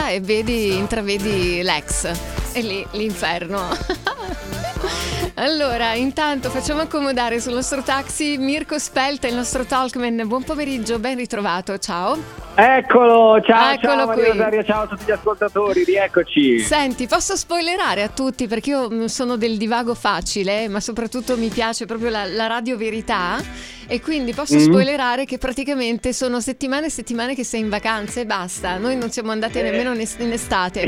porta e intravedi l'ex e lì l'inferno. Allora, intanto facciamo accomodare sul nostro taxi Mirko Spelta, il nostro talkman. Buon pomeriggio, ben ritrovato, ciao. Eccolo, ciao Eccolo Maria qui. Rosaria, ciao a tutti gli ascoltatori, rieccoci. Senti, posso spoilerare a tutti perché io sono del divago facile, ma soprattutto mi piace proprio la radio verità, e quindi posso spoilerare che praticamente sono settimane e settimane che sei in vacanza e basta. Noi non siamo andati nemmeno in estate.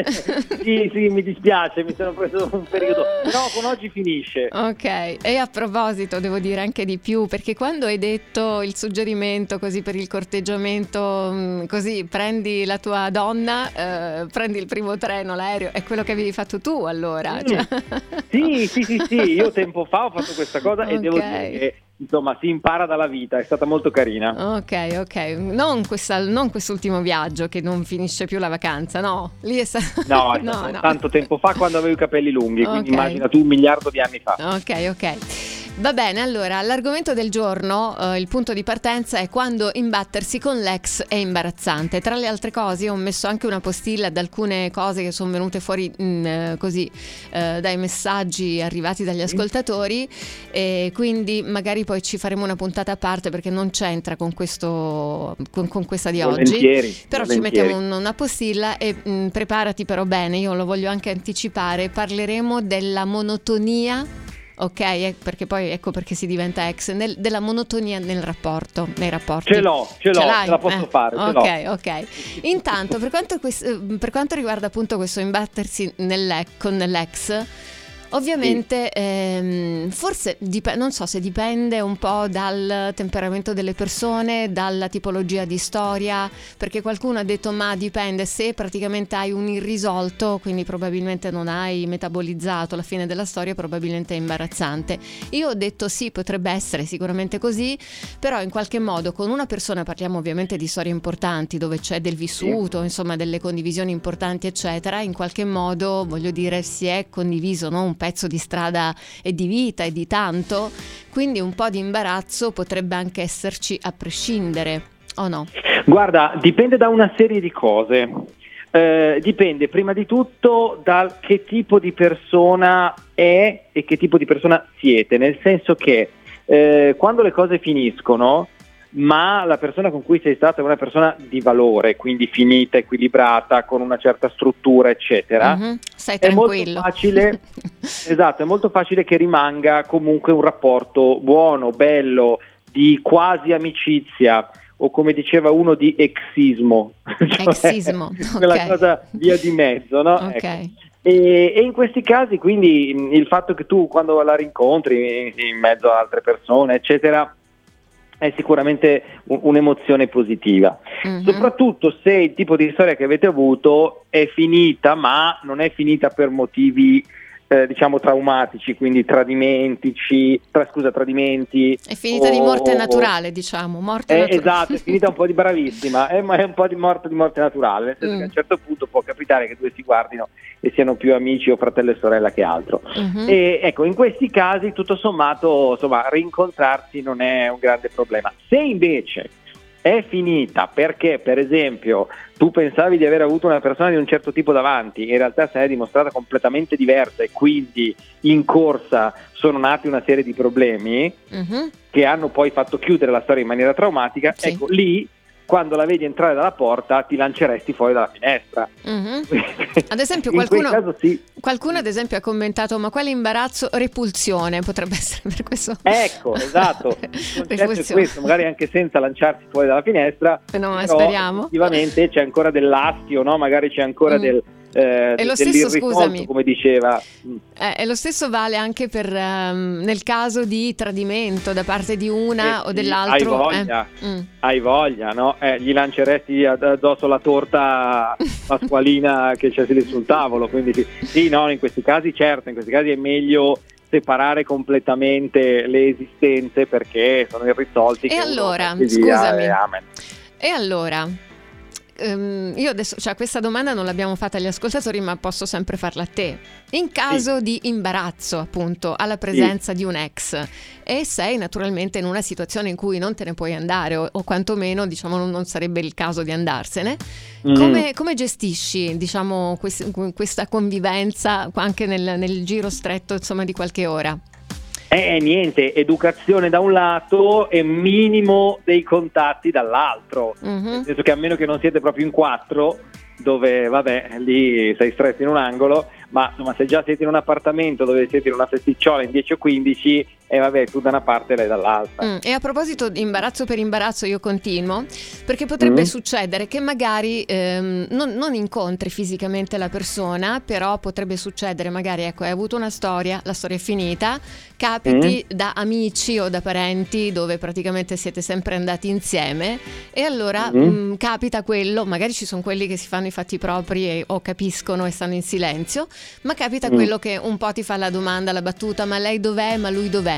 Sì, mi dispiace, mi sono preso un periodo, però con oggi finisce. Ok, e a proposito devo dire anche di più, perché quando hai detto il suggerimento così per il corteggiamento, così prendi la tua donna, prendi il primo treno, l'aereo, è quello che avevi fatto tu allora. Cioè. Sì, io tempo fa ho fatto questa cosa e devo dire che insomma si impara dalla vita, è stata molto carina. Ok, non quest'ultimo viaggio che non finisce più la vacanza, no? Lì è No, tanto tempo fa quando avevo i capelli lunghi, quindi immagina tu 1 miliardo di anni fa. Ok. Va bene, allora l'argomento del giorno, il punto di partenza è quando imbattersi con l'ex è imbarazzante. Tra le altre cose ho messo anche una postilla ad alcune cose che sono venute fuori così dai messaggi arrivati dagli ascoltatori, e quindi magari poi ci faremo una puntata a parte perché non c'entra con questa di oggi, però ci mettiamo una postilla e preparati però bene, io lo voglio anche anticipare, parleremo della monotonia. Ok, perché poi ecco perché si diventa ex, della monotonia nei rapporti. Ce l'ho, ce la posso fare. Ok. Intanto per quanto riguarda appunto questo imbattersi con l'ex, ovviamente forse non so se dipende un po' dal temperamento delle persone, dalla tipologia di storia, perché qualcuno ha detto ma dipende, se praticamente hai un irrisolto, quindi probabilmente non hai metabolizzato la fine della storia, probabilmente è imbarazzante. Io ho detto sì, potrebbe essere sicuramente così, però in qualche modo con una persona, parliamo ovviamente di storie importanti dove c'è del vissuto, insomma delle condivisioni importanti eccetera, in qualche modo voglio dire si è condiviso, no? Un pezzo di strada e di vita e di tanto, quindi un po' di imbarazzo potrebbe anche esserci a prescindere, o no? Guarda, dipende da una serie di cose. Dipende prima di tutto dal che tipo di persona è e che tipo di persona siete, nel senso che quando le cose finiscono ma la persona con cui sei stata è una persona di valore, quindi finita, equilibrata, con una certa struttura, eccetera. Sei tranquillo. È molto facile, esatto, è molto facile che rimanga comunque un rapporto buono, bello, di quasi amicizia, o come diceva uno di exismo. Exismo, quella cosa via di mezzo, no? Ok. Ecco. E in questi casi quindi il fatto che tu quando la rincontri in mezzo a altre persone, eccetera, è sicuramente un'emozione positiva, soprattutto se il tipo di storia che avete avuto è finita, ma non è finita per motivi diciamo traumatici, quindi tradimenti. È finita di morte naturale, diciamo. Esatto, è finita un po' di bravissima, ma è un po' di morte naturale, nel senso che a un certo punto può capitare che due si guardino e siano più amici o fratello e sorella che altro. E ecco, in questi casi tutto sommato, insomma, rincontrarsi non è un grande problema. Se invece è finita perché, per esempio, tu pensavi di aver avuto una persona di un certo tipo davanti, in realtà se ne è dimostrata completamente diversa e quindi in corsa sono nati una serie di problemi che hanno poi fatto chiudere la storia in maniera traumatica, sì. Ecco, lì quando la vedi entrare dalla porta ti lanceresti fuori dalla finestra. Ad esempio qualcuno ad esempio ha commentato ma quale imbarazzo, repulsione potrebbe essere per questo. Ecco, esatto, il concetto è questo, magari anche senza lanciarsi fuori dalla finestra, no, però speriamo. Effettivamente c'è ancora dell'astio, no? Magari c'è ancora e lo stesso, scusami, come diceva. E lo stesso vale anche per nel caso di tradimento da parte di una o dell'altro. Hai voglia, no? Gli lanceresti addosso la torta pasqualina che c'è sul tavolo, quindi sì, no, in questi casi certo, in questi casi è meglio separare completamente le esistenze perché sono irrisolti. E allora, scusami, e allora io adesso, cioè, questa domanda non l'abbiamo fatta agli ascoltatori, ma posso sempre farla a te. In caso di imbarazzo, appunto, alla presenza di un ex, e sei naturalmente in una situazione in cui non te ne puoi andare, o quantomeno, diciamo, non sarebbe il caso di andarsene, come gestisci, diciamo, questa convivenza anche nel giro stretto, insomma, di qualche ora? Niente, educazione da un lato e minimo dei contatti dall'altro, nel senso che a meno che non siete proprio in 4, dove vabbè, lì sei stretto in un angolo, ma insomma se già siete in un appartamento dove siete in una festicciola in 10 o 15, e vabbè, tu da una parte e lei dall'altra. E a proposito di imbarazzo per imbarazzo, io continuo, perché potrebbe succedere che magari non incontri fisicamente la persona, però potrebbe succedere magari, ecco, hai avuto una storia, la storia è finita, capiti da amici o da parenti dove praticamente siete sempre andati insieme, e allora capita quello, magari ci sono quelli che si fanno i fatti propri o capiscono e stanno in silenzio, ma capita quello che un po' ti fa la domanda, la battuta: ma lei dov'è, ma lui dov'è?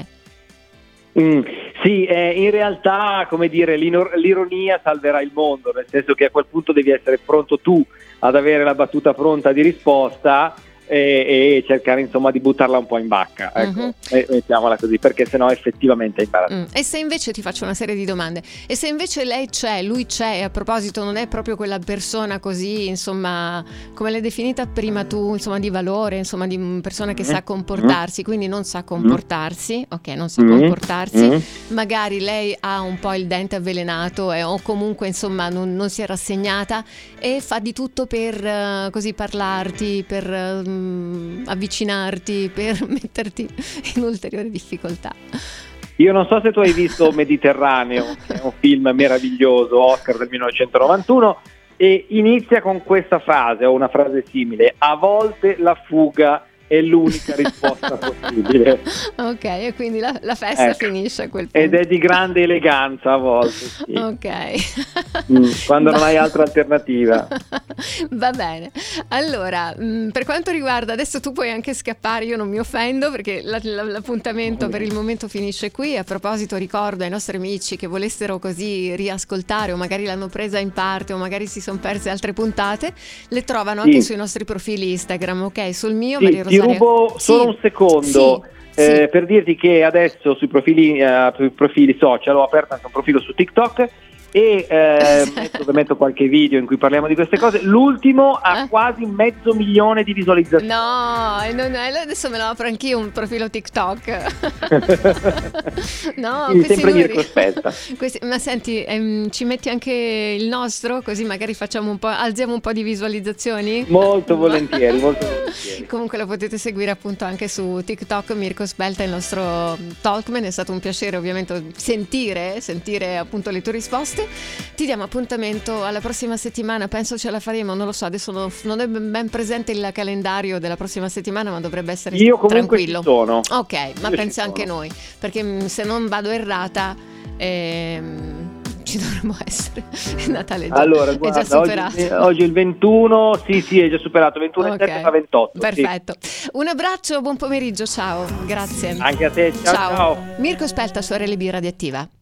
Sì, in realtà, come dire, l'ironia salverà il mondo, nel senso che a quel punto devi essere pronto tu ad avere la battuta pronta di risposta e cercare, insomma, di buttarla un po' in bacca, ecco, mettiamola così, perché sennò effettivamente è imbarazzante. E se invece, ti faccio una serie di domande, e se invece lei c'è, lui c'è, e a proposito non è proprio quella persona così, insomma, come l'hai definita prima tu, insomma, di valore, insomma, di persona che sa comportarsi, quindi non sa comportarsi, ok, non sa comportarsi, magari lei ha un po' il dente avvelenato, o comunque, insomma, non si è rassegnata e fa di tutto per così parlarti, per avvicinarti, per metterti in ulteriori difficoltà. Io non so se tu hai visto Mediterraneo, che è un film meraviglioso, Oscar del 1991, e inizia con questa frase, o una frase simile: a volte la fuga è l'unica risposta possibile. Ok, e quindi la festa finisce a quel punto. Ed è di grande eleganza a volte, sì. Ok. Quando non hai altra alternativa. Va bene. Allora, per quanto riguarda, adesso tu puoi anche scappare, io non mi offendo perché l'appuntamento per il momento finisce qui. A proposito, ricordo ai nostri amici che volessero così riascoltare, o magari l'hanno presa in parte, o magari si sono perse altre puntate, le trovano anche sui nostri profili Instagram, ok? Sul mio, Maria Rosaria. Ti rubo solo un secondo. Per dirti che adesso sui profili social ho aperto anche un profilo su TikTok e metto qualche video in cui parliamo di queste cose. L'ultimo ha quasi 500.000 di visualizzazioni. No, adesso me lo apro anch'io un profilo TikTok. No, sempre Mirko Spelta. Ma senti, ci metti anche il nostro, così magari facciamo alziamo un po' di visualizzazioni? Molto volentieri. Comunque lo potete seguire appunto anche su TikTok, Mirko Spelta, il nostro talkman. È stato un piacere ovviamente sentire appunto le tue risposte. Ti diamo appuntamento alla prossima settimana, penso ce la faremo, non lo so, adesso non è ben presente il calendario della prossima settimana, ma dovrebbe essere tranquillo. Io comunque ci sono. Ok, ma penso anche noi, perché se non vado errata ci dovremmo essere. Natale allora, guarda, è già superato. Oggi il 21, sì, è già superato, 21 e 7 fa 28. Perfetto. Sì. Un abbraccio, buon pomeriggio, ciao, grazie. Anche a te, ciao. Mirko Spelta su RLB Radioattiva.